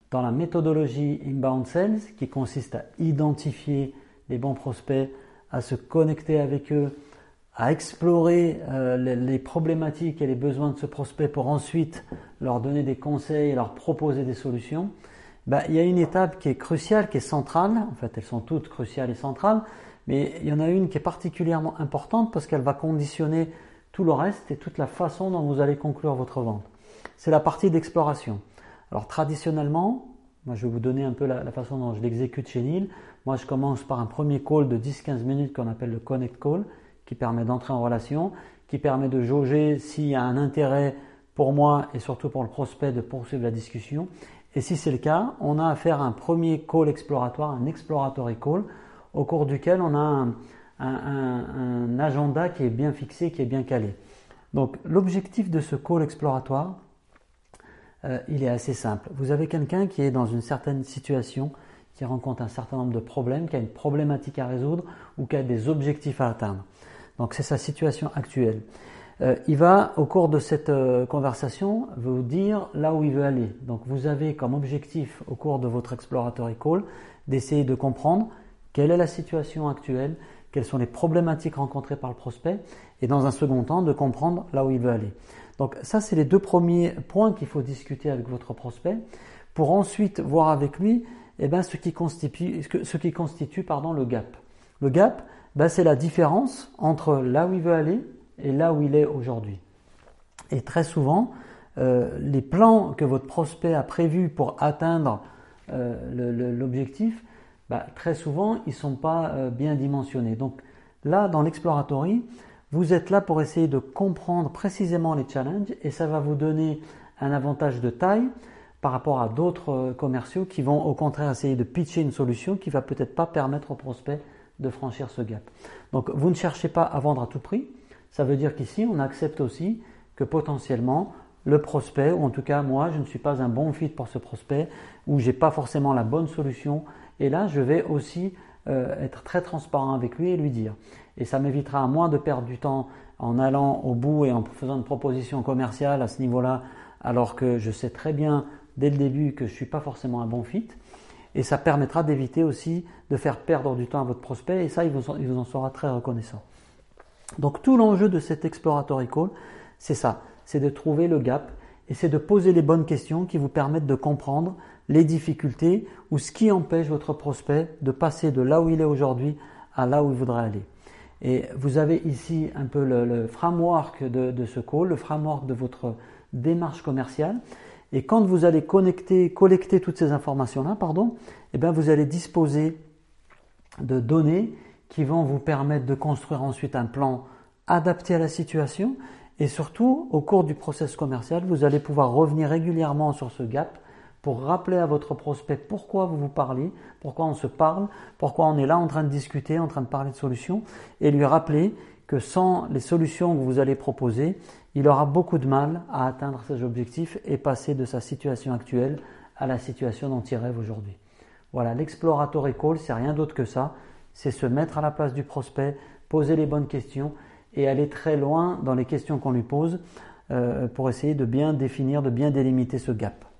dans la méthodologie Inbound Sales qui consiste à identifier les bons prospects, à se connecter avec eux, à explorer les problématiques et les besoins de ce prospect pour ensuite leur donner des conseils et leur proposer des solutions. Il y a une étape qui est cruciale, qui est centrale. En fait, elles sont toutes cruciales et centrales, mais il y en a une qui est particulièrement importante parce qu'elle va conditionner tout le reste et toute la façon dont vous allez conclure votre vente. C'est la partie d'exploration. Alors traditionnellement, moi je vais vous donner un peu la façon dont je l'exécute chez Neil. Moi je commence par un premier call de 10-15 minutes qu'on appelle le Connect Call, qui permet d'entrer en relation, qui permet de jauger s'il y a un intérêt pour moi et surtout pour le prospect de poursuivre la discussion. Et si c'est le cas, on a à faire un premier call exploratoire, un exploratory call, au cours duquel on a un agenda qui est bien fixé, qui est bien calé. Donc l'objectif de ce call exploratoire, il est assez simple. Vous avez quelqu'un qui est dans une certaine situation, qui rencontre un certain nombre de problèmes, qui a une problématique à résoudre ou qui a des objectifs à atteindre. Donc c'est sa situation actuelle. Il va, au cours de cette conversation, vous dire là où il veut aller. Donc vous avez comme objectif, au cours de votre exploratory call, d'essayer de comprendre quelle est la situation actuelle, quelles sont les problématiques rencontrées par le prospect, et dans un second temps, de comprendre là où il veut aller. Donc ça, c'est les deux premiers points qu'il faut discuter avec votre prospect, pour ensuite voir avec lui ce qui constitue le gap. Le gap, c'est la différence entre là où il veut aller et là où il est aujourd'hui. Et très souvent, les plans que votre prospect a prévus pour atteindre l'objectif, très souvent, ils ne sont pas bien dimensionnés. Donc là, dans l'exploratory, vous êtes là pour essayer de comprendre précisément les challenges et ça va vous donner un avantage de taille par rapport à d'autres commerciaux qui vont au contraire essayer de pitcher une solution qui ne va peut-être pas permettre au prospect de franchir ce gap. Donc vous ne cherchez pas à vendre à tout prix. Ça veut dire qu'ici, on accepte aussi que potentiellement le prospect, ou en tout cas moi, je ne suis pas un bon fit pour ce prospect, ou j'ai pas forcément la bonne solution. Et là, je vais aussi être très transparent avec lui et lui dire. Et ça m'évitera à moi de perdre du temps en allant au bout et en faisant une proposition commerciale à ce niveau-là, alors que je sais très bien dès le début que je ne suis pas forcément un bon fit. Et ça permettra d'éviter aussi de faire perdre du temps à votre prospect et ça, il vous en sera très reconnaissant. Donc tout l'enjeu de cet exploratory call, c'est ça, c'est de trouver le gap et c'est de poser les bonnes questions qui vous permettent de comprendre les difficultés ou ce qui empêche votre prospect de passer de là où il est aujourd'hui à là où il voudrait aller. Et vous avez ici un peu le framework de ce call, le framework de votre démarche commerciale. Et quand vous allez collecter toutes ces informations-là, vous allez disposer de données qui vont vous permettre de construire ensuite un plan adapté à la situation. Et surtout, au cours du process commercial, vous allez pouvoir revenir régulièrement sur ce gap pour rappeler à votre prospect pourquoi vous vous parlez, pourquoi on se parle, pourquoi on est là en train de discuter, en train de parler de solutions, et lui rappeler que sans les solutions que vous allez proposer, il aura beaucoup de mal à atteindre ses objectifs et passer de sa situation actuelle à la situation dont il rêve aujourd'hui. Voilà, l'exploratory call, c'est rien d'autre que ça, c'est se mettre à la place du prospect, poser les bonnes questions et aller très loin dans les questions qu'on lui pose pour essayer de bien définir, de bien délimiter ce gap.